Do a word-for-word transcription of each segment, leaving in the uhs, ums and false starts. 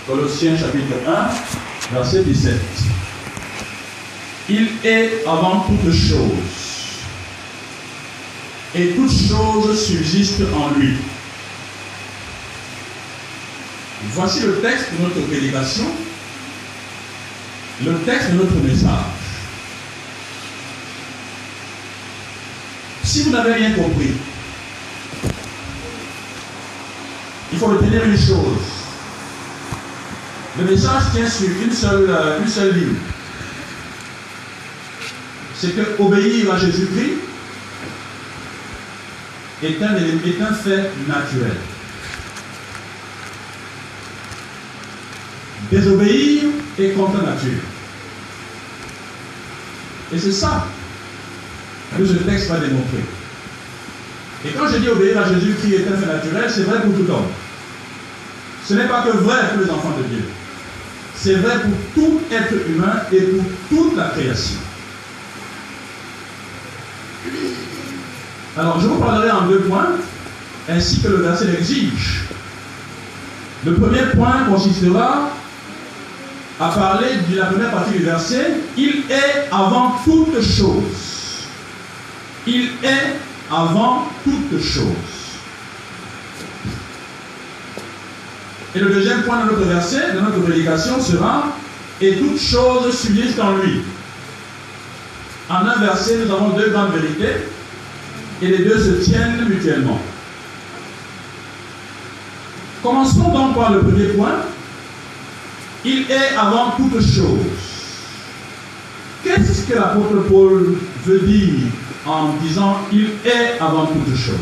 Colossiens chapitre un, verset dix-sept. Il est avant toute chose, et toute chose subsiste en lui. Voici le texte de notre prédication, le texte de notre message. Si vous n'avez rien compris, il faut retenir une chose. Le message tient sur une seule, euh, une seule ligne. C'est que obéir à Jésus-Christ est un, est un fait naturel. Désobéir est contre nature. Et c'est ça que ce texte va démontrer. Et quand je dis obéir à Jésus-Christ est un fait naturel, c'est vrai pour tout homme. Ce n'est pas que vrai pour les enfants de Dieu. C'est vrai pour tout être humain et pour toute la création. Alors, je vous parlerai en deux points, ainsi que le verset l'exige. Le premier point consistera à parler de la première partie du verset. Il est avant toute chose. Il est avant toute chose. Et le deuxième point de notre verset, de notre prédication, sera « Et toute chose subsiste en lui ». En un verset, nous avons deux grandes vérités, et les deux se tiennent mutuellement. Commençons donc par le premier point. Il est avant toute chose. Qu'est-ce que l'apôtre Paul veut dire en disant « Il est avant toute chose » ?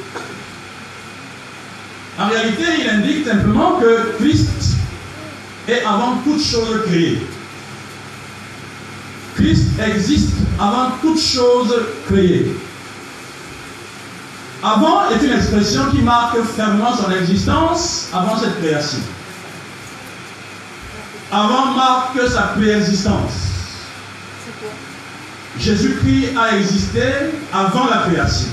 En réalité, il indique simplement que Christ est avant toute chose créée. Christ existe avant toute chose créée. Avant est une expression qui marque fermement son existence avant cette création. Avant marque sa préexistence. Jésus-Christ a existé avant la création.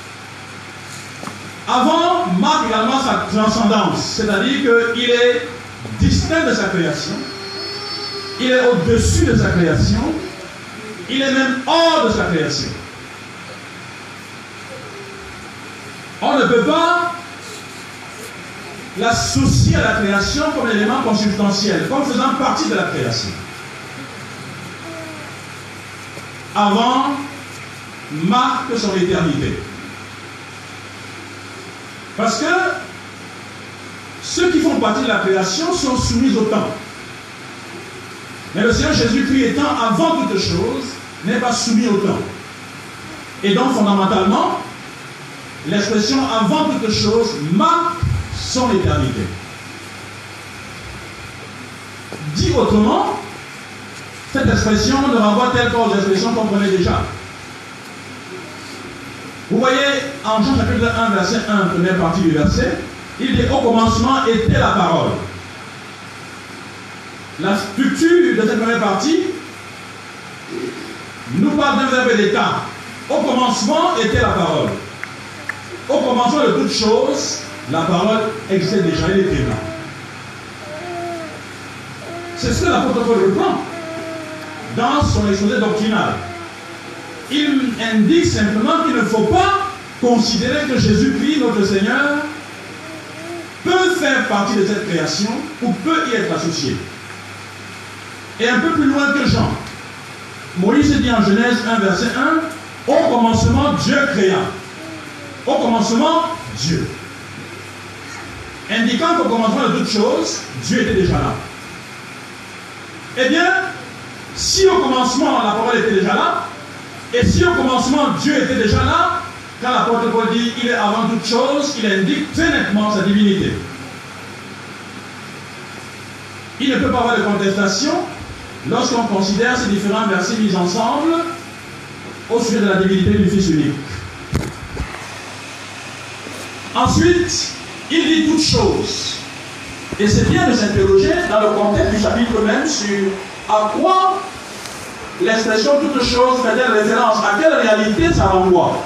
Avant marque également sa transcendance, c'est-à-dire qu'il est distinct de sa création, il est au-dessus de sa création, il est même hors de sa création. On ne peut pas l'associer à la création comme élément consubstantiel, comme faisant partie de la création. Avant marque son éternité. Parce que ceux qui font partie de la création sont soumis au temps. Mais le Seigneur Jésus-Christ étant avant toute chose, n'est pas soumis au temps. Et donc fondamentalement, l'expression avant toute chose marque son éternité. Dit autrement, cette expression ne renvoie telle qu'aux expressions qu'on connaît déjà. Vous voyez, en Jean chapitre un, verset un, première partie du verset, il dit « Au commencement était la parole ». La structure de cette première partie nous parle d'un verbe d'état. Au commencement était la parole. Au commencement de toute chose, la parole existait déjà, elle était là. C'est ce que l'apôtre Paul reprend dans son exposé doctrinal. Il indique simplement qu'il ne faut pas considérer que Jésus-Christ, notre Seigneur, peut faire partie de cette création ou peut y être associé. Et un peu plus loin que Jean, Moïse dit en Genèse un, verset un, « Au commencement, Dieu créa. » Au commencement, Dieu. Indiquant qu'au commencement de toutes choses, Dieu était déjà là. Eh bien, si au commencement, la parole était déjà là, et si au commencement, Dieu était déjà là, quand l'apôtre Paul dit « il est avant toute chose », il indique très nettement sa divinité. Il ne peut pas avoir de contestation lorsqu'on considère ces différents versets mis ensemble au sujet de la divinité du Fils unique. Ensuite, il dit toutes choses. Et c'est bien de s'interroger dans le contexte du chapitre même sur à quoi l'expression toute chose fait-elle référence, à quelle réalité ça renvoie.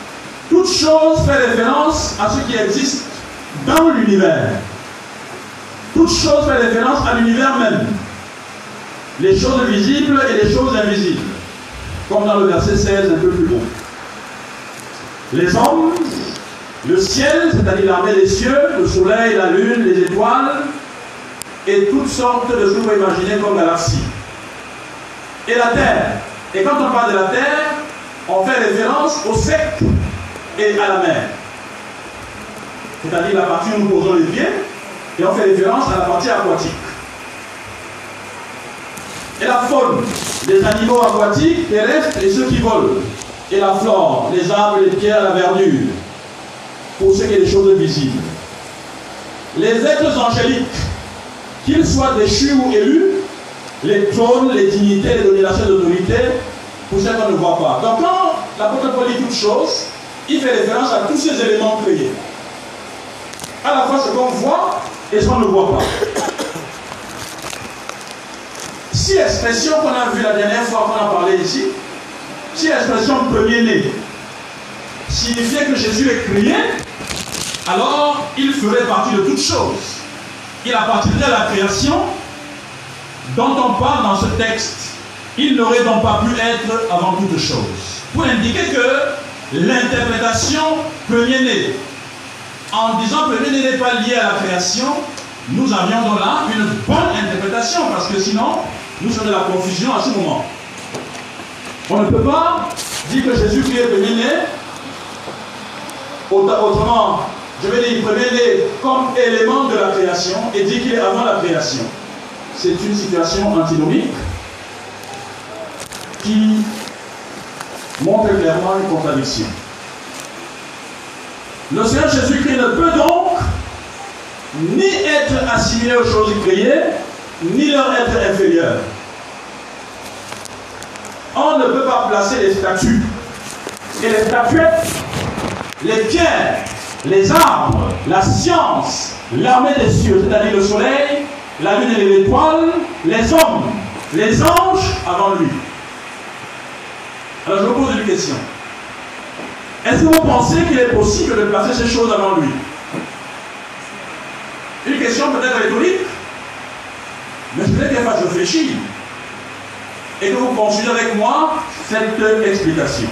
Toute chose fait référence à ce qui existe dans l'univers. toute chose fait référence à l'univers même. Les choses visibles et les choses invisibles. Comme dans le verset seize, un peu plus haut. Les hommes, le ciel, c'est-à-dire l'armée des cieux, le soleil, la lune, les étoiles, et toutes sortes de ce que vous pouvez imaginer comme galaxies. Et la terre. Et quand on parle de la terre, on fait référence au sec et à la mer. C'est-à-dire la partie où nous posons les pieds, et on fait référence à la partie aquatique. Et la faune, les animaux aquatiques, terrestres et ceux qui volent. Et la flore, les arbres, les pierres, la verdure. Pour ce qui est des choses visibles. Les êtres angéliques, qu'ils soient déchus ou élus, les trônes, les dignités, les dominations d'autorité, pour ceux qu'on ne voit pas. Donc quand l'apôtre Paul dit toutes choses, il fait référence à tous ces éléments créés. À la fois ce qu'on voit et ce qu'on ne voit pas. Si l'expression qu'on a vue la dernière fois qu'on a parlé ici, si l'expression premier-né signifiait que Jésus est créé, alors il ferait partie de toutes choses. Il appartiendrait à la création dont on parle dans ce texte. Il n'aurait donc pas pu être avant toute chose. Pour indiquer que l'interprétation premier-né, en disant premier-né n'est pas lié à la création, nous avions donc là une bonne interprétation, parce que sinon, nous sommes de la confusion à ce moment. On ne peut pas dire que Jésus-Christ est premier-né, autrement, je vais dire premier-né comme élément de la création, et dire qu'il est avant la création. C'est une situation antinomique qui montre clairement une contradiction. Le Seigneur Jésus-Christ ne peut donc ni être assimilé aux choses créées, ni leur être inférieur. On ne peut pas placer les statues et les statuettes, les pierres, les arbres, la science, l'armée des cieux, c'est-à-dire le soleil, la lune et les étoiles, les hommes, les anges avant lui. Alors je vous pose une question. Est-ce que vous pensez qu'il est possible de placer ces choses avant lui? Une question peut-être rhétorique, mais je voudrais qu'elle fasse réfléchir et que vous consultez avec moi cette explication.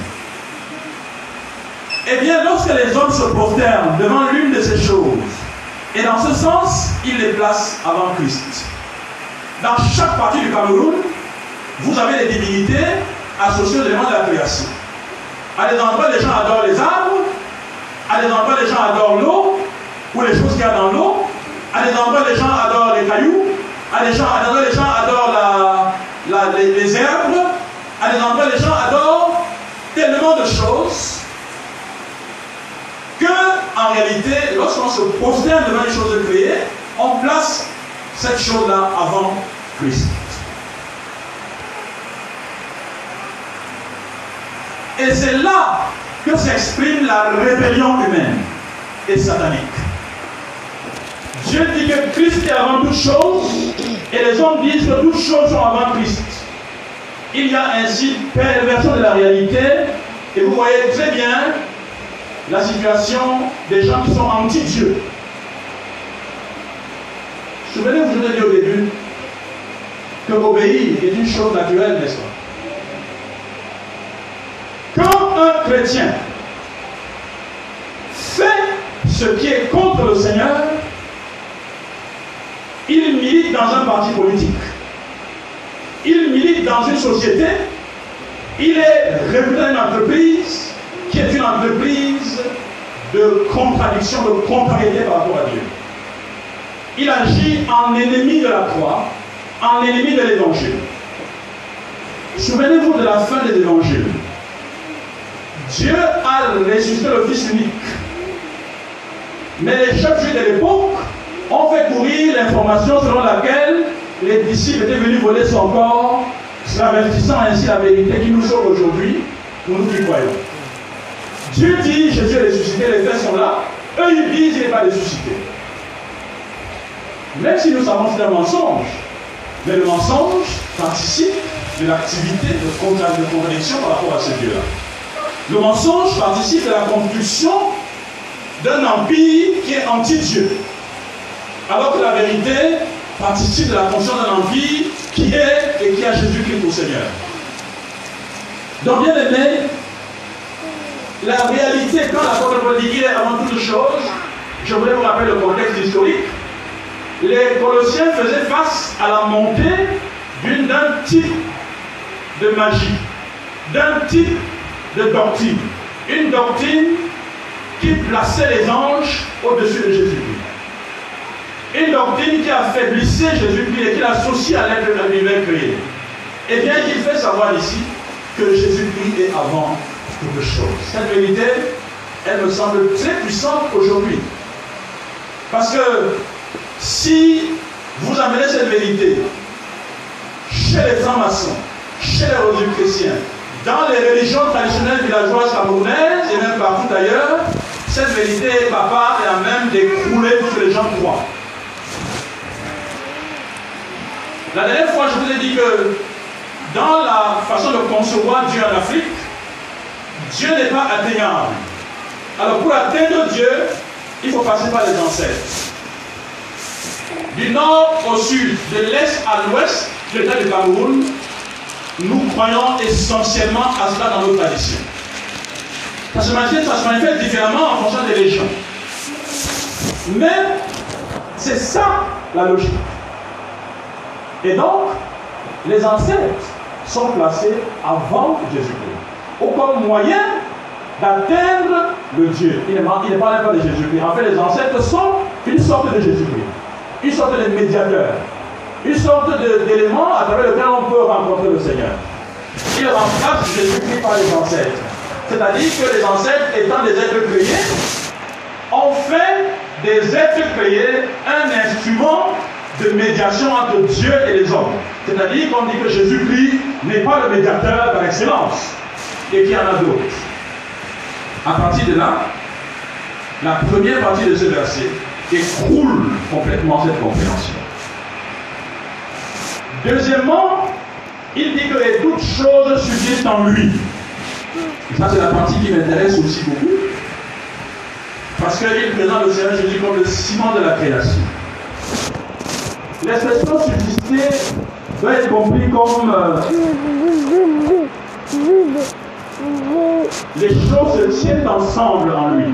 Eh bien, lorsque les hommes se prosternent devant l'une de ces choses, et dans ce sens, ils les placent avant Christ. Dans chaque partie du Cameroun, vous avez des divinités associées aux éléments de la création. À des endroits, les gens adorent les arbres. À des endroits, les gens adorent l'eau, ou les choses qu'il y a dans l'eau. À des endroits, les gens adorent les cailloux. À des endroits, les gens adorent la, la, les, les herbes. À des endroits, les gens adorent tellement de choses que, en réalité, lorsqu'on se prosterne devant une chose créée, on place cette chose-là avant Christ. Et c'est là que s'exprime la rébellion humaine et satanique. Dieu dit que Christ est avant toute chose, et les hommes disent que toutes choses sont avant Christ. Il y a ainsi perversion de la réalité, et vous voyez très bien la situation des gens qui sont anti-Dieu. Souvenez-vous, je vous ai dit au début que obéir est une chose naturelle, n'est-ce pas? Quand un chrétien fait ce qui est contre le Seigneur, il milite dans un parti politique. Il milite dans une société. Il est réputé dans une entreprise qui est une entreprise de contradiction, de contrariété par rapport à Dieu. Il agit en ennemi de la croix, en ennemi de l'évangile. Souvenez-vous de la fin des évangiles. Dieu a ressuscité le Fils unique. Mais les chefs juifs de l'époque ont fait courir l'information selon laquelle les disciples étaient venus voler son corps, travestissant ainsi la vérité qui nous sauve aujourd'hui, pour nous qui croyons. Dieu dit, Jésus est ressuscité, les faits sont là. Eux, ils disent, il n'est pas ressuscité. Même si nous savons que c'est un mensonge, mais le mensonge participe de l'activité de contradiction par rapport à ce Dieu-là. Le mensonge participe de la construction d'un empire qui est anti-Dieu. Alors que la vérité participe de la fonction d'un empire qui est et qui a Jésus-Christ pour Seigneur. Donc bien aimé, la réalité, quand l'apôtre Paul dit qu'il est avant toute chose, je voulais vous rappeler le contexte historique. Les Colossiens faisaient face à la montée d'un type de magie, d'un type de doctrine. Une doctrine qui plaçait les anges au-dessus de Jésus-Christ. Une doctrine qui affaiblissait Jésus-Christ et qui l'associait à l'être de l'univers créé. Et bien, il fait savoir ici que Jésus-Christ est avant toute chose. Cette vérité, elle me semble très puissante aujourd'hui. Parce que si vous amenez cette vérité chez les francs-maçons, chez les rosicruciens, dans les religions traditionnelles villageoises camerounaises et même partout ailleurs, cette vérité est capable et à même d'écrouler tout ce que les gens croient. La dernière fois, je vous ai dit que dans la façon de concevoir Dieu en Afrique, Dieu n'est pas atteignable. Alors pour atteindre Dieu, il faut passer par les ancêtres. Du nord au sud, de l'est à l'ouest, de l'État du Cameroun, nous croyons essentiellement à cela dans nos traditions. Ça se manifeste, ça se manifeste différemment en fonction des régions. Mais c'est ça la logique. Et donc, les ancêtres sont placés avant Jésus-Christ. Au comme moyen d'atteindre le Dieu. Il ne parle pas de Jésus-Christ. En fait, les ancêtres sont une sorte de Jésus-Christ. Une sorte de médiateur. Une sorte d'élément à travers lequel on peut rencontrer le Seigneur. Il remplace Jésus-Christ par les ancêtres. C'est-à-dire que les ancêtres, étant des êtres créés, ont fait des êtres créés un instrument de médiation entre Dieu et les hommes. C'est-à-dire qu'on dit que Jésus-Christ n'est pas le médiateur par excellence et qu'il y en a d'autres. À partir de là, la première partie de ce verset écroule complètement cette compréhension. Deuxièmement, il dit que toutes choses subsistent en lui. Et ça, c'est la partie qui m'intéresse aussi beaucoup. Parce qu'il présente le Seigneur Jésus comme le ciment de la création. L'expression subsister doit être compris comme euh, les choses se tiennent ensemble en lui.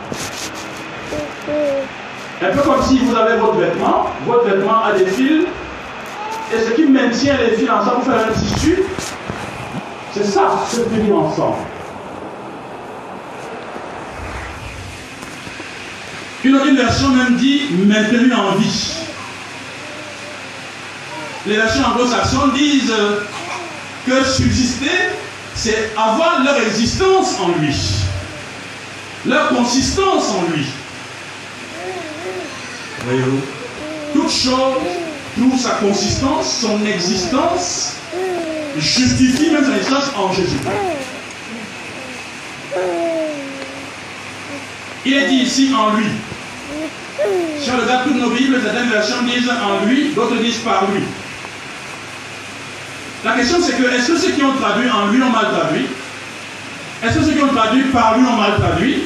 Un peu comme si vous avez votre vêtement, votre vêtement a des fils, et ce qui maintient les fils ensemble pour faire un tissu, c'est ça, se tenir ensemble. Une autre version même dit maintenu en vie. Les versions anglo-saxonnes disent que subsister, c'est avoir leur existence en lui, leur consistance en lui. Voyez-vous, toute chose trouve sa consistance, son existence, justifie même son existence en Jésus-Christ. Il est dit ici en lui. Si on regarde toutes nos Bibles, certaines versions disent en lui, d'autres disent par lui. La question c'est que, est-ce que ceux qui ont traduit en lui ont mal traduit? Est-ce que ceux qui ont traduit par lui ont mal traduit?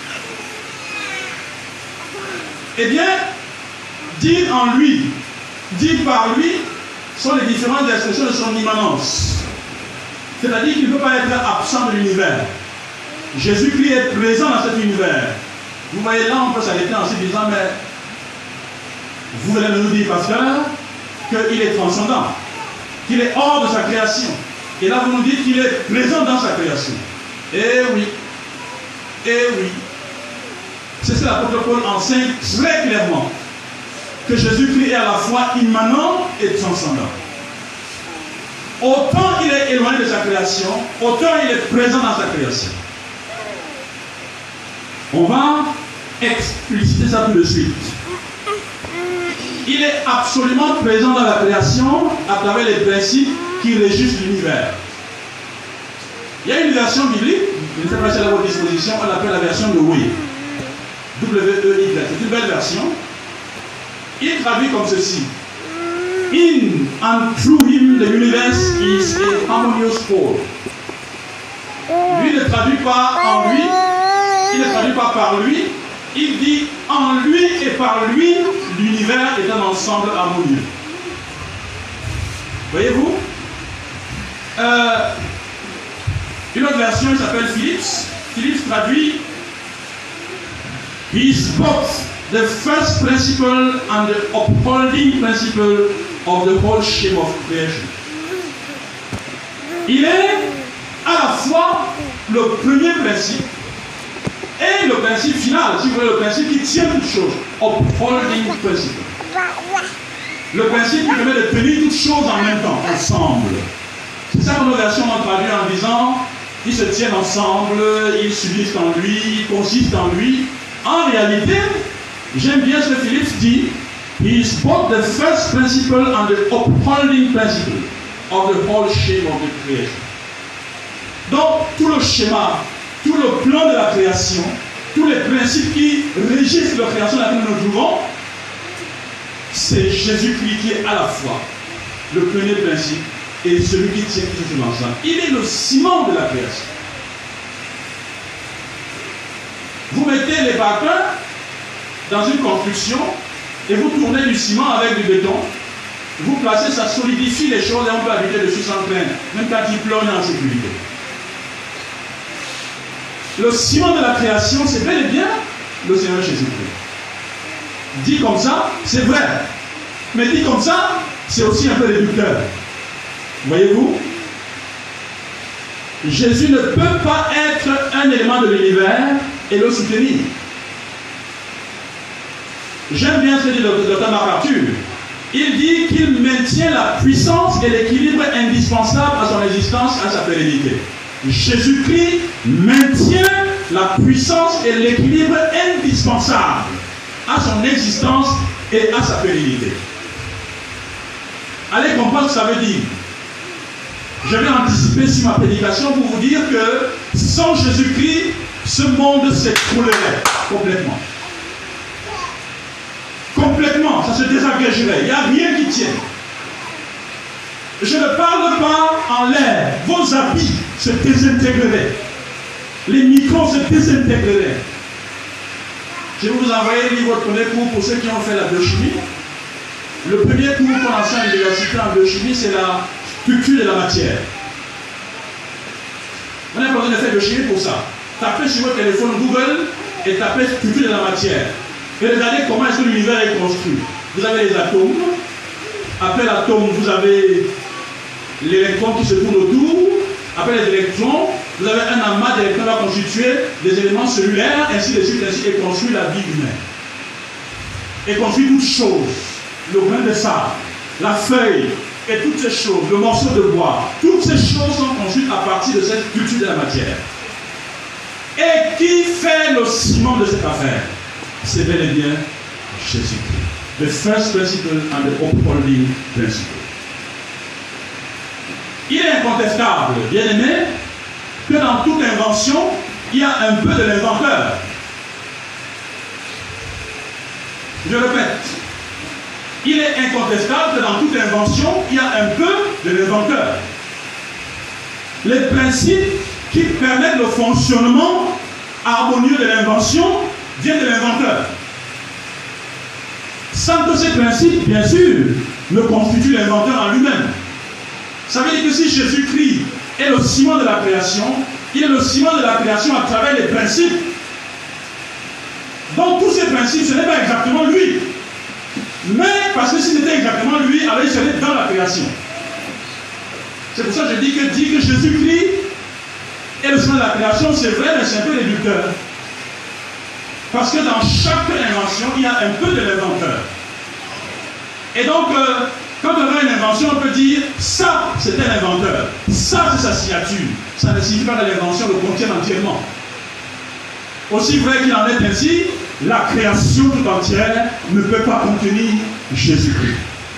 Eh bien, dire en lui, dire par lui, sont les différentes expressions de son immanence. C'est-à-dire qu'il ne peut pas être absent de l'univers. Jésus-Christ est présent dans cet univers. Vous voyez là, on peut s'arrêter en se disant, mais vous venez de nous dire, pasteur, qu'il est transcendant, qu'il est hors de sa création. Et là, vous nous dites qu'il est présent dans sa création. Eh oui, eh oui. C'est ce que l'apôtre Paul enseigne très clairement, que Jésus-Christ est à la fois immanent et transcendant. Autant il est éloigné de sa création, autant il est présent dans sa création. On va expliciter ça tout de suite. Il est absolument présent dans la création à travers les principes qui régissent l'univers. Il y a une version biblique, je ne sais pas si elle est à votre disposition, on l'appelle la version de W. W E Y. C'est une belle version. Il traduit comme ceci. In and through him the universe is a harmonious whole. Lui ne traduit pas en lui, il ne traduit pas par lui, il dit en lui et par lui l'univers est un ensemble harmonieux. Voyez-vous? euh, Une autre version s'appelle Phillips. Phillips traduit: He is both the first principle and the upholding principle of the whole scheme of creation. Il est à la fois le premier principe et le principe final, si vous voulez, le principe qui tient toute chose, upholding principle. Le principe qui permet de tenir toutes choses en même temps, ensemble. C'est ça que nos versions ont traduit en disant: ils se tiennent ensemble, ils subsistent en lui, ils consistent en lui. En réalité, j'aime bien ce que Phillips dit: He is both the first principle and the upholding principle of the whole scheme of the creation. Donc, tout le schéma, tout le plan de la création, tous les principes qui régissent la création dans laquelle nous nous trouvons, c'est Jésus-Christ qui est à la fois le premier principe et celui qui tient tout l'ensemble. Il est le ciment de la création. Vous mettez les bâtons dans une construction et vous tournez du ciment avec du béton. Vous placez, ça solidifie les choses et on peut habiter dessus sans craindre, même quand il pleut, on est en sécurité. Le ciment de la création, c'est bel et bien le Seigneur Jésus-Christ. Dit comme ça, c'est vrai. Mais dit comme ça, c'est aussi un peu réducteur. Voyez-vous? Jésus ne peut pas être un élément de l'univers et le soutenir. J'aime bien ce que dit le docteur MacArthur. Il dit qu'il maintient la puissance et l'équilibre indispensable à son existence, à sa pérennité. Jésus-Christ maintient la puissance et l'équilibre indispensable à son existence et à sa pérennité. Allez comprendre ce que ça veut dire. Je vais anticiper sur ma prédication pour vous dire que sans Jésus-Christ, ce monde s'écroulerait complètement. Complètement, ça se désagrégerait. Il n'y a rien qui tienne. Je ne parle pas en l'air. Vos habits se désintégreraient. Les micros se désintégreraient. Je vais vous envoyer le livre de premier cours pour ceux qui ont fait la biochimie. Le premier cours qu'on enseigne à l'université en biochimie, c'est la structure de la matière. On a besoin de faire biochimie pour ça. Tapez sur votre téléphone Google et tapez structure de la matière. Et regardez comment est-ce que l'univers est construit. Vous avez les atomes. Après l'atome, vous avez l'électron qui se tourne autour. Après les électrons, vous avez un amas d'électrons qui va constituer des éléments cellulaires, ainsi de suite, ainsi, et construit la vie humaine. Et construit toutes choses. Le grain de sable, la feuille, et toutes ces choses, le morceau de bois, toutes ces choses sont construites à partir de cette structure de la matière. Et qui fait le ciment de cette affaire? C'est bel et bien Jésus-Christ. The first principle and the upholding principle. Il est incontestable, bien aimé, que dans toute invention, il y a un peu de l'inventeur. Je répète, il est incontestable que dans toute invention, il y a un peu de l'inventeur. Les principes qui permettent le fonctionnement harmonieux de l'invention viennent de l'inventeur. Sans que ces principes, bien sûr, ne constituent l'inventeur en lui-même. Ça veut dire que si Jésus-Christ est le ciment de la création, il est le ciment de la création à travers les principes. Donc tous ces principes, ce n'est pas exactement lui. Mais parce que si c'était exactement lui, alors il serait dans la création. C'est pour ça que je dis que, dit que Jésus-Christ est le ciment de la création, c'est vrai, mais c'est un peu réducteur. Parce que dans chaque invention, il y a un peu de l'inventeur. Et donc, euh, quand on a une invention, on peut dire, ça, c'est un inventeur. Ça, c'est sa signature. Ça ne signifie pas que l'invention le contient entièrement. Aussi vrai qu'il en est ainsi, la création tout entière ne peut pas contenir Jésus-Christ.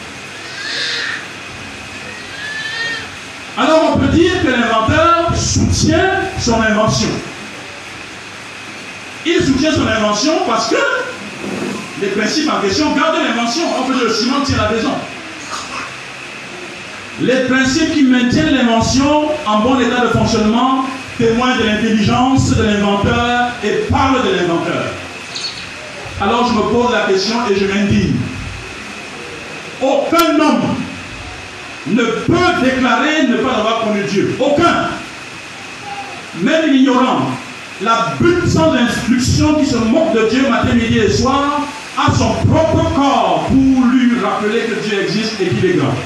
Alors, on peut dire que l'inventeur soutient son invention. Il soutient son invention parce que les principes en question gardent l'invention. On peut dire le ciment tient la maison. Les principes qui maintiennent l'invention en bon état de fonctionnement témoignent de l'intelligence de l'inventeur et parlent de l'inventeur. Alors je me pose la question et je m'indigne. Aucun homme ne peut déclarer ne pas avoir connu Dieu. Aucun. Même l'ignorant, la butte sans instruction qui se moque de Dieu matin, midi et soir, a son propre corps pour lui rappeler que Dieu existe et qu'il est grand.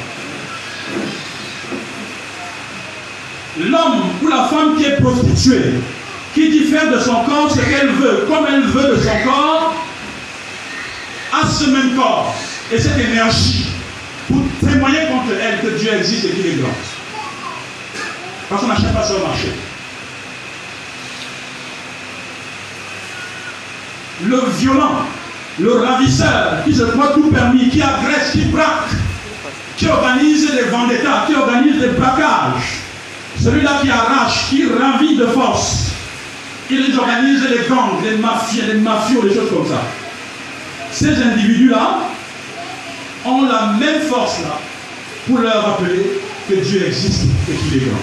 L'homme ou la femme qui est prostituée, qui diffère de son corps ce qu'elle veut, comme elle veut de son corps, a ce même corps et cette énergie pour témoigner contre elle que Dieu existe et qu'il est grand. Parce qu'on n'achète pas ça au marché. Le violent, le ravisseur, qui se croit tout permis, qui agresse, qui braque, qui organise des vendettas, qui organise des braquages, celui-là qui arrache, qui ravit de force, il organise les gangs, les mafias, les mafios, des choses comme ça. Ces individus-là ont la même force-là pour leur rappeler que Dieu existe et qu'il est grand.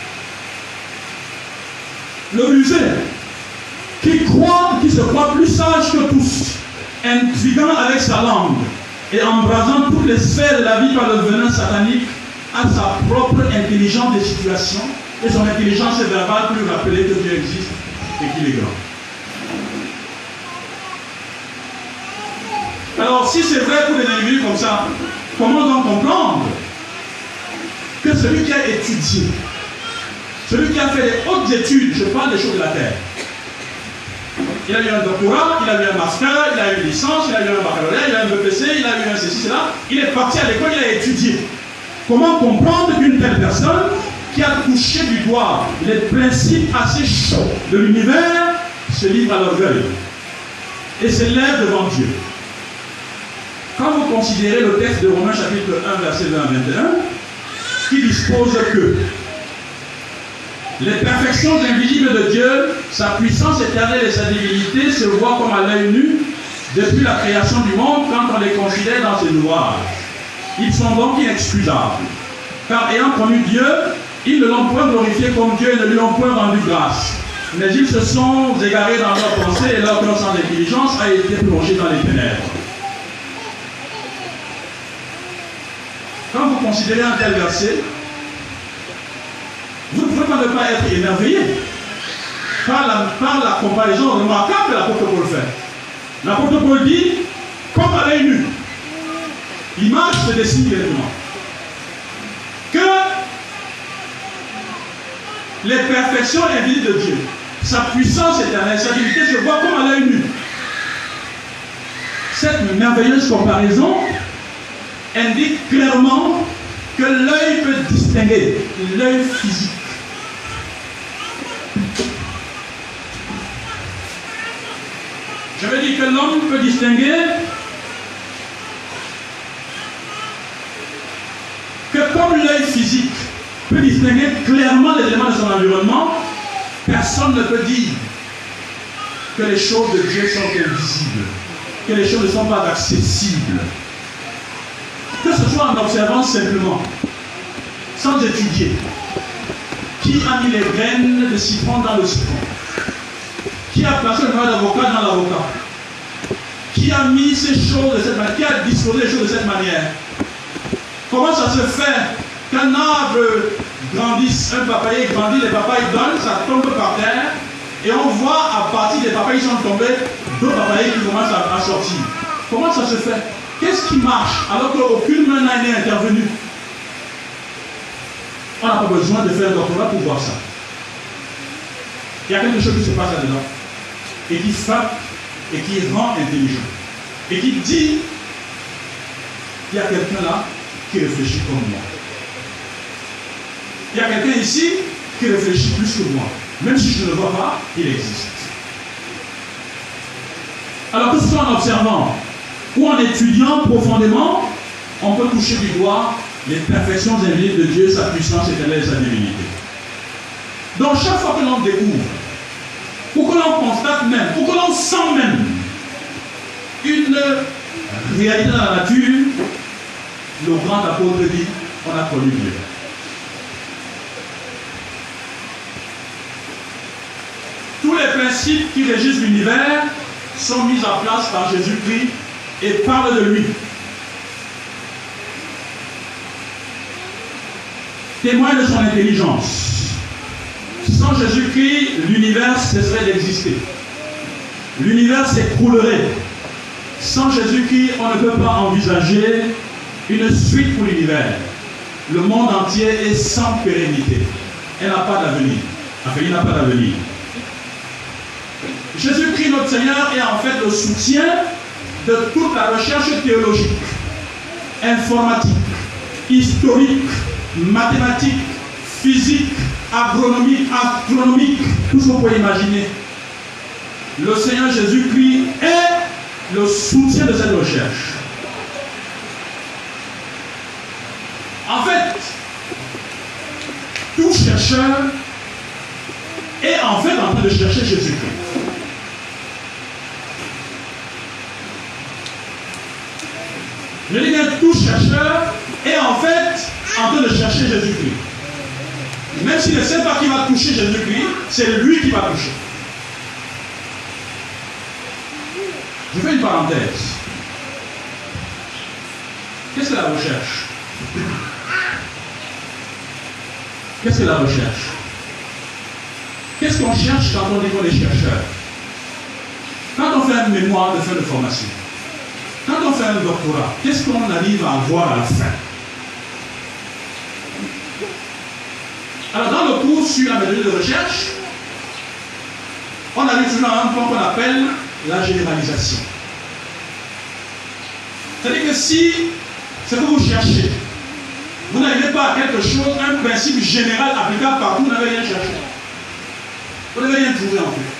Le rusé, qui croit, qui se croit plus sage que tous, intriguant avec sa langue et embrasant toutes les sphères de la vie par le venin satanique, a sa propre intelligence des situations et son intelligence verbale pour lui rappeler que Dieu existe et qu'il est grand. Alors, si c'est vrai pour des individus comme ça, comment donc comprendre que celui qui a étudié, celui qui a fait des hautes études, je parle des choses de la terre, il a eu un doctorat, il a eu un master, il a eu une licence, il a eu un baccalauréat, il a eu un B P C, il a eu un ceci, cela, il est parti à l'école, il a étudié. Comment comprendre qu'une telle personne qui a touché du doigt les principes assez chauds de l'univers se livre à l'orgueil et s'élève devant Dieu? Quand vous considérez le texte de Romains chapitre un, verset vingt à vingt et un, qui dispose que les perfections invisibles de Dieu, sa puissance éternelle et sa divinité se voient comme à l'œil nu depuis la création du monde quand on les considère dans ses ouvrages. Ils sont donc inexcusables, car ayant connu Dieu, ils ne l'ont point glorifié comme Dieu et ne lui ont point rendu grâce. Mais ils se sont égarés dans leurs pensées et leur cœur sans intelligence a été plongé dans les ténèbres. Quand vous considérez un tel verset, vous ne pouvez pas ne pas être émerveillé par la, par la comparaison remarquable que l'apôtre Paul fait. L'apôtre Paul dit, comme à l'œil nu, l'image se dessine directement, que les perfections invisibles de Dieu, sa puissance éternelle, sa divinité se voient comme à l'œil nu. Cette merveilleuse comparaison indique clairement que l'œil peut distinguer, l'œil physique. Je veux dire que l'homme peut distinguer que comme l'œil physique peut distinguer clairement les éléments de son environnement, personne ne peut dire que les choses de Dieu sont invisibles, que les choses ne sont pas accessibles. Que ce soit en observant simplement, sans étudier, qui a mis les graines de citron dans le citron, qui a placé le noix d'avocat dans l'avocat, qui a mis ces choses de cette manière, qui a disposé les choses de cette manière. Comment ça se fait qu'un arbre grandisse, un papayer grandit, les papayes donnent, ça tombe par terre, et on voit à partir des papayes qui sont tombés, d'autres papayers qui commencent à, à sortir. Comment ça se fait? Qu'est-ce qui marche alors qu'aucune main n'a été intervenue? On n'a pas besoin de faire un doctorat pour voir ça. Il y a quelque chose qui se passe là-dedans et qui frappe et qui rend intelligent et qui dit il y a quelqu'un là qui réfléchit comme moi. Il y a quelqu'un ici qui réfléchit plus que moi. Même si je ne le vois pas, il existe. Alors que ce soit en observant ou en étudiant profondément, on peut toucher du doigt les perfections invisibles de Dieu, sa puissance éternelle et sa divinité. Donc chaque fois que l'on découvre, ou que l'on constate même, ou que l'on sent même une réalité dans la nature, le grand apôtre dit, on a connu Dieu. Tous les principes qui régissent l'univers sont mises en place par Jésus-Christ et parlent de lui. Témoignent de son intelligence. Sans Jésus-Christ, l'univers cesserait d'exister. L'univers s'écroulerait. Sans Jésus-Christ, on ne peut pas envisager une suite pour l'univers. Le monde entier est sans pérennité. Elle n'a pas d'avenir. Enfin, il n'a pas d'avenir. Jésus-Christ, notre Seigneur, est en fait le soutien de toute la recherche théologique, informatique, historique, mathématique, physique, agronomique, astronomique, tout ce que vous pouvez imaginer. Le Seigneur Jésus-Christ est le soutien de cette recherche. En fait, tout chercheur est en fait en train de chercher Jésus-Christ. Je dis bien, tout chercheur est en fait en train de chercher Jésus-Christ. Même s'il ne sait pas qui va toucher Jésus-Christ, c'est lui qui va toucher. Je fais une parenthèse. Qu'est-ce que la recherche? Qu'est-ce que la recherche? Qu'est-ce qu'on cherche quand on dit qu'on est chercheur? Quand on fait un mémoire de fin de formation, quand on fait un doctorat, qu'est-ce qu'on arrive à avoir à la fin? Alors dans le cours sur la méthode de recherche, on arrive toujours à un point qu'on appelle la généralisation. C'est-à-dire que si ce que vous cherchez, vous n'arrivez pas à quelque chose, un principe général applicable partout, vous n'avez rien cherché. Vous n'avez rien trouvé en fait.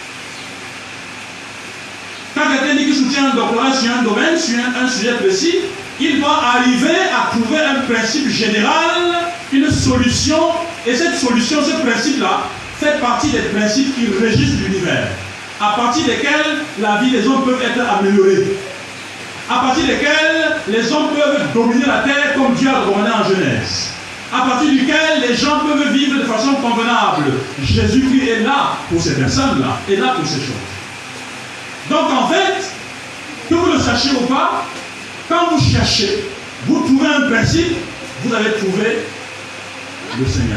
Quand quelqu'un dit qu'il soutient un doctorat sur un domaine, sur un, un sujet précis, il va arriver à trouver un principe général, une solution, et cette solution, ce principe-là, fait partie des principes qui régissent l'univers, à partir desquels la vie des hommes peut être améliorée, à partir desquels les hommes peuvent dominer la terre comme Dieu a commandé en Genèse, à partir duquel les gens peuvent vivre de façon convenable. Jésus-Christ est là pour ces personnes-là, est là pour ces choses. Donc en fait, que vous le sachiez ou pas, quand vous cherchez, vous trouvez un principe, vous avez trouvé le Seigneur.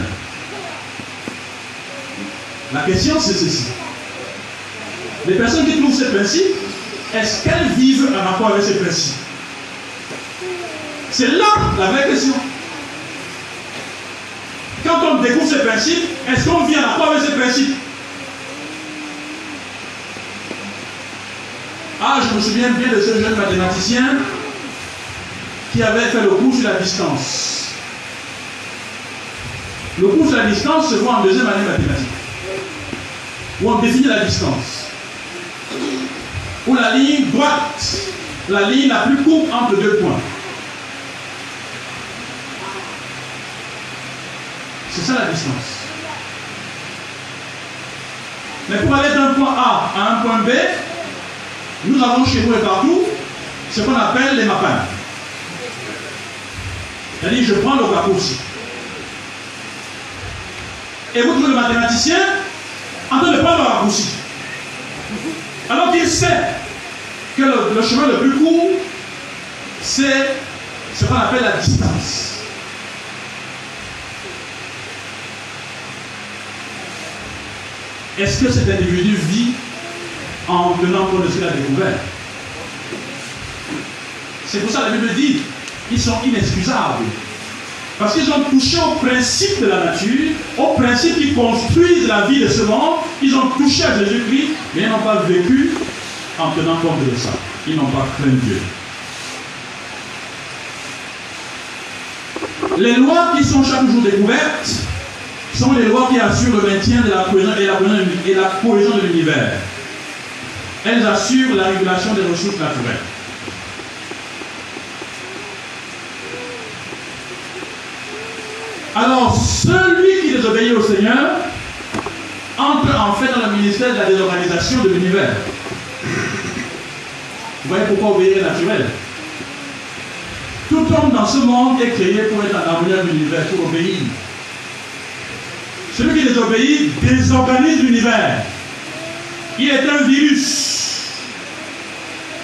La question c'est ceci. Les personnes qui trouvent ces principes, est-ce qu'elles vivent en rapport avec ces principes? C'est là la vraie question. Quand on découvre ces principes, est-ce qu'on vit en rapport avec ces principes? Ah, je me souviens bien de ce jeune mathématicien qui avait fait le cours sur la distance. Le cours sur la distance se voit en deuxième année mathématique, où on définit la distance. Où la ligne droite, la ligne la plus courte entre deux points. C'est ça la distance. Mais pour aller d'un point A à un point B, nous avons chez nous et partout ce qu'on appelle les mappages. C'est-à-dire, je prends le raccourci. Et vous trouvez le mathématicien en train de prendre le raccourci. Alors qu'il sait que le, le chemin le plus court, c'est ce qu'on appelle la distance. Est-ce que cet individu vit en tenant compte de ce qu'il a découvert? C'est pour ça que la Bible dit qu'ils sont inexcusables. Parce qu'ils ont touché au principe de la nature, au principe qui construisent la vie de ce monde. Ils ont touché à Jésus-Christ, mais ils n'ont pas vécu en tenant compte de ça. Ils n'ont pas craint Dieu. Les lois qui sont chaque jour découvertes sont les lois qui assurent le maintien de la cohésion et la cohésion, et la cohésion de l'univers. Elles assurent la régulation des ressources naturelles. Alors, celui qui désobéit au Seigneur entre en fait dans le ministère de la désorganisation de l'univers. Vous voyez pourquoi obéir est naturel? Tout homme dans ce monde est créé pour être en harmonie avec l'univers, pour obéir. Celui qui désobéit désorganise l'univers. Il est un virus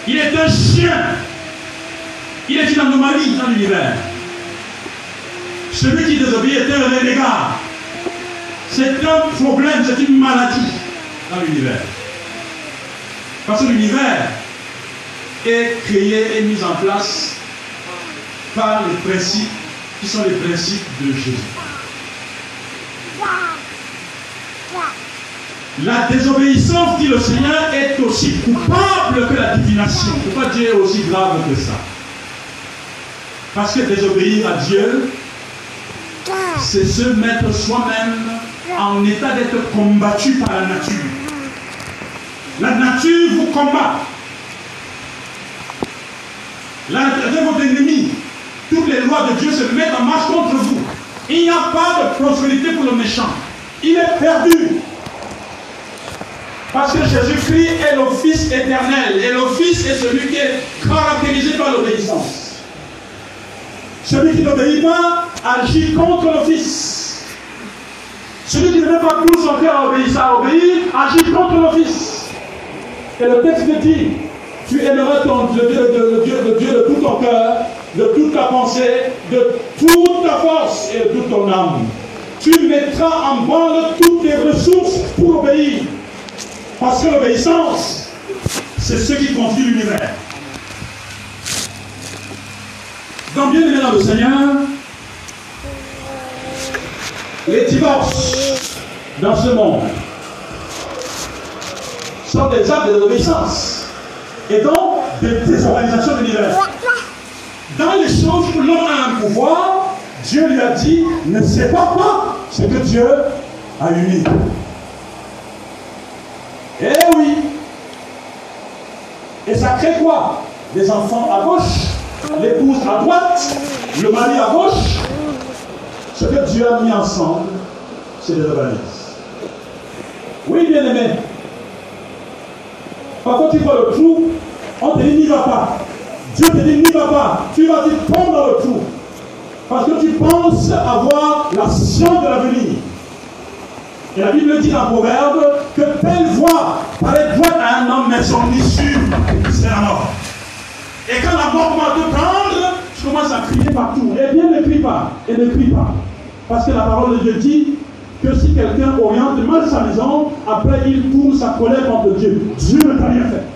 Il est un chien. Il est une anomalie dans l'univers. Celui qui désobéit est un renégat. C'est un problème, c'est une maladie dans l'univers. Parce que l'univers est créé et mis en place par les principes qui sont les principes de Jésus. La désobéissance, dit le Seigneur, est aussi coupable que la divination. Pourquoi Dieu est aussi grave que ça? Parce que désobéir à Dieu, c'est se mettre soi-même en état d'être combattu par la nature. La nature vous combat. Avec votre ennemi, toutes les lois de Dieu se mettent en marche contre vous. Il n'y a pas de prospérité pour le méchant. Il est perdu. Parce que Jésus-Christ est le Fils éternel. Et le Fils est celui qui est caractérisé par l'obéissance. Celui qui n'obéit pas agit contre le Fils. Celui qui ne met pas tout son cœur à obéir, à obéir, agit contre le Fils. Et le texte dit, tu aimeras ton Dieu, le Dieu, le Dieu de tout ton cœur, de toute ta pensée, de toute ta force et de toute ton âme. Tu mettras en branle toutes tes ressources pour obéir. Parce que l'obéissance, c'est ce qui confie l'univers. Donc, bien aimé dans le Seigneur, les divorces dans ce monde sont des actes de l'obéissance et donc des désorganisations de l'univers. Dans les choses où l'homme a un pouvoir, Dieu lui a dit, ne sépare pas ce que Dieu a uni. Eh oui. Et ça crée quoi? Les enfants à gauche, l'épouse à droite, le mari à gauche. Ce que Dieu a mis ensemble, c'est des organismes. Oui, bien aimé. Parfois tu vois le trou, on te dit n'y va pas. Dieu te dit n'y va pas. Tu vas te prendre dans le trou. Parce que tu penses avoir la science de l'avenir. Et la Bible dit dans Proverbe que telle voie paraît droite à un homme, mais son issue, c'est la mort. Et quand la mort commence à te prendre, tu commences à crier partout. Eh bien, ne crie pas. Et ne crie pas. Parce que la parole de Dieu dit que si quelqu'un oriente mal sa maison, après il tourne sa colère contre Dieu. Dieu ne t'a rien fait.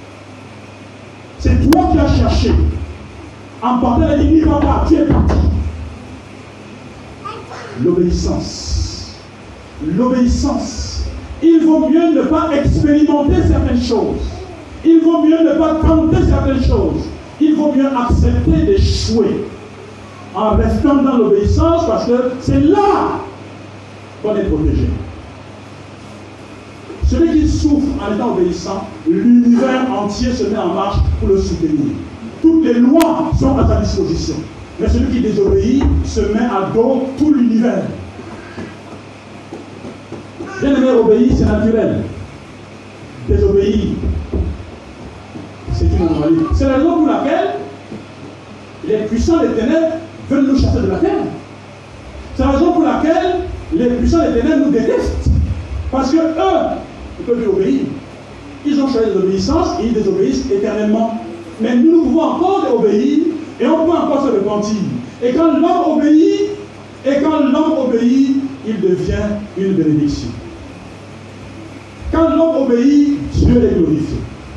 C'est toi qui as cherché. En partant, il a dit, n'y va pas, tu es parti. L'obéissance. L'obéissance. Il vaut mieux ne pas expérimenter certaines choses. Il vaut mieux ne pas tenter certaines choses. Il vaut mieux accepter d'échouer en restant dans l'obéissance parce que c'est là qu'on est protégé. Celui qui souffre en étant obéissant, l'univers entier se met en marche pour le soutenir. Toutes les lois sont à sa disposition. Mais celui qui désobéit se met à dos tout l'univers. Bien aimé, obéir, c'est naturel. Désobéir, c'est une anomalie. C'est la raison pour laquelle les puissants des ténèbres veulent nous chasser de la terre. C'est la raison pour laquelle les puissants des ténèbres nous détestent. Parce que eux, ils peuvent lui obéir. Ils ont choisi l'obéissance et ils désobéissent éternellement. Mais nous, nous pouvons encore obéir et on peut encore se repentir. Et quand l'homme obéit, et quand l'homme obéit, il devient une bénédiction. Quand l'homme obéit, Dieu est glorifié.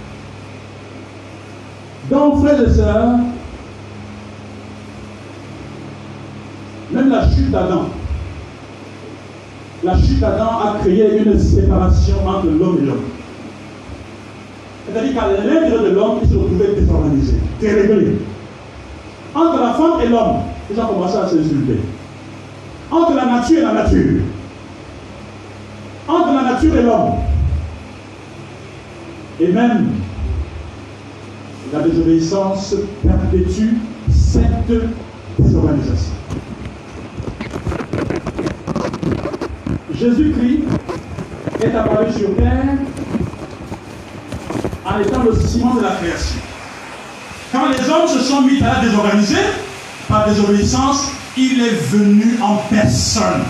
Donc, frères et sœurs, même la chute d'Adam, la chute d'Adam a créé une séparation entre l'homme et l'homme. C'est-à-dire qu'à l'intérieur de l'homme, il se retrouvait désorganisé, déréglé. Entre la femme et l'homme, ils ont commencé à s'insulter. Entre la nature et la nature. Entre la nature et l'homme. Et même, la désobéissance perpétue cette désorganisation. Jésus-Christ est apparu sur terre en étant le ciment de la création. Quand les hommes se sont mis à la désorganiser, par désobéissance, il est venu en personne.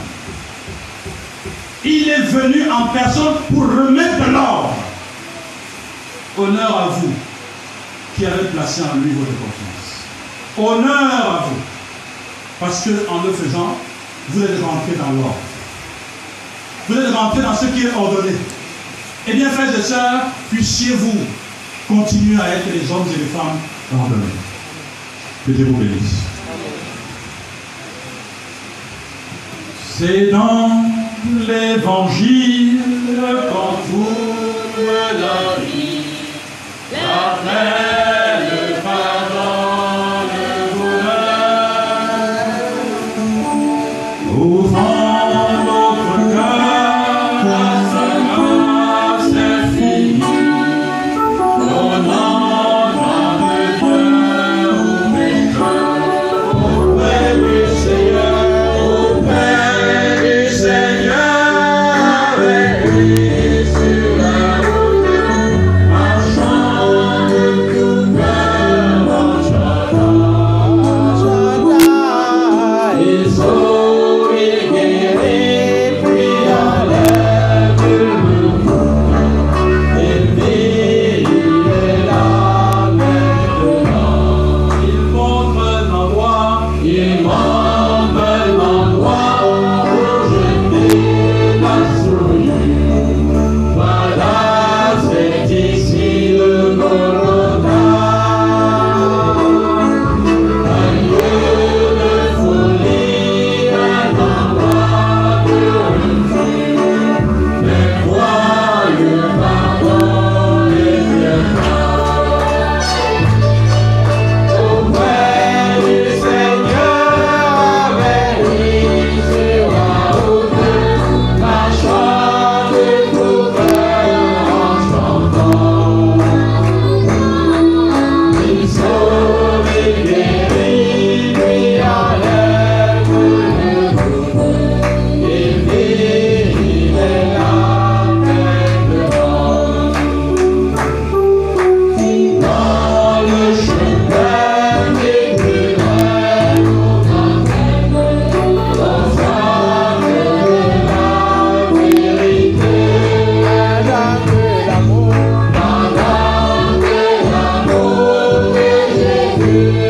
Il est venu en personne pour remettre de l'ordre. Honneur à vous, qui avait placé en lui votre confiance. Honneur à vous. Parce qu'en le faisant, vous êtes rentrés dans l'ordre. Vous êtes rentrés dans ce qui est ordonné. Eh bien, frères et sœurs, puissiez-vous continuer à être les hommes et les femmes ordonnés. Que Dieu vous bénisse. C'est dans l'évangile qu'on trouve la vie, la paix, le pardon, le bonheur. Ouvrons notre cœur à sa grâce infinie, donnant dans le cœur aux pécheurs, auprès du Seigneur, auprès du Seigneur, avec lui sur la route, marchant de tout cœur en chantant. Il sauve, il guérit, puis enlève le monde. Il vit, il est là maintenant. Il montre l'endroit, il montre l'endroit où jeter la souillure. Voilà, c'est ici le Golgotha, un lieu de folie, un endroit de refuge, mais joyeux pardon et bienfaits. Auprès du Seigneur, avec lui sur la route, marchant de tout cœur en chantant. Il sauve, il guérit, puis enlève le doute. Il vit, il est là maintenant. Dans le chemin des plus vrais, on s'en de la vérité, la dame de l'amour, la dame de l'amour de Jésus.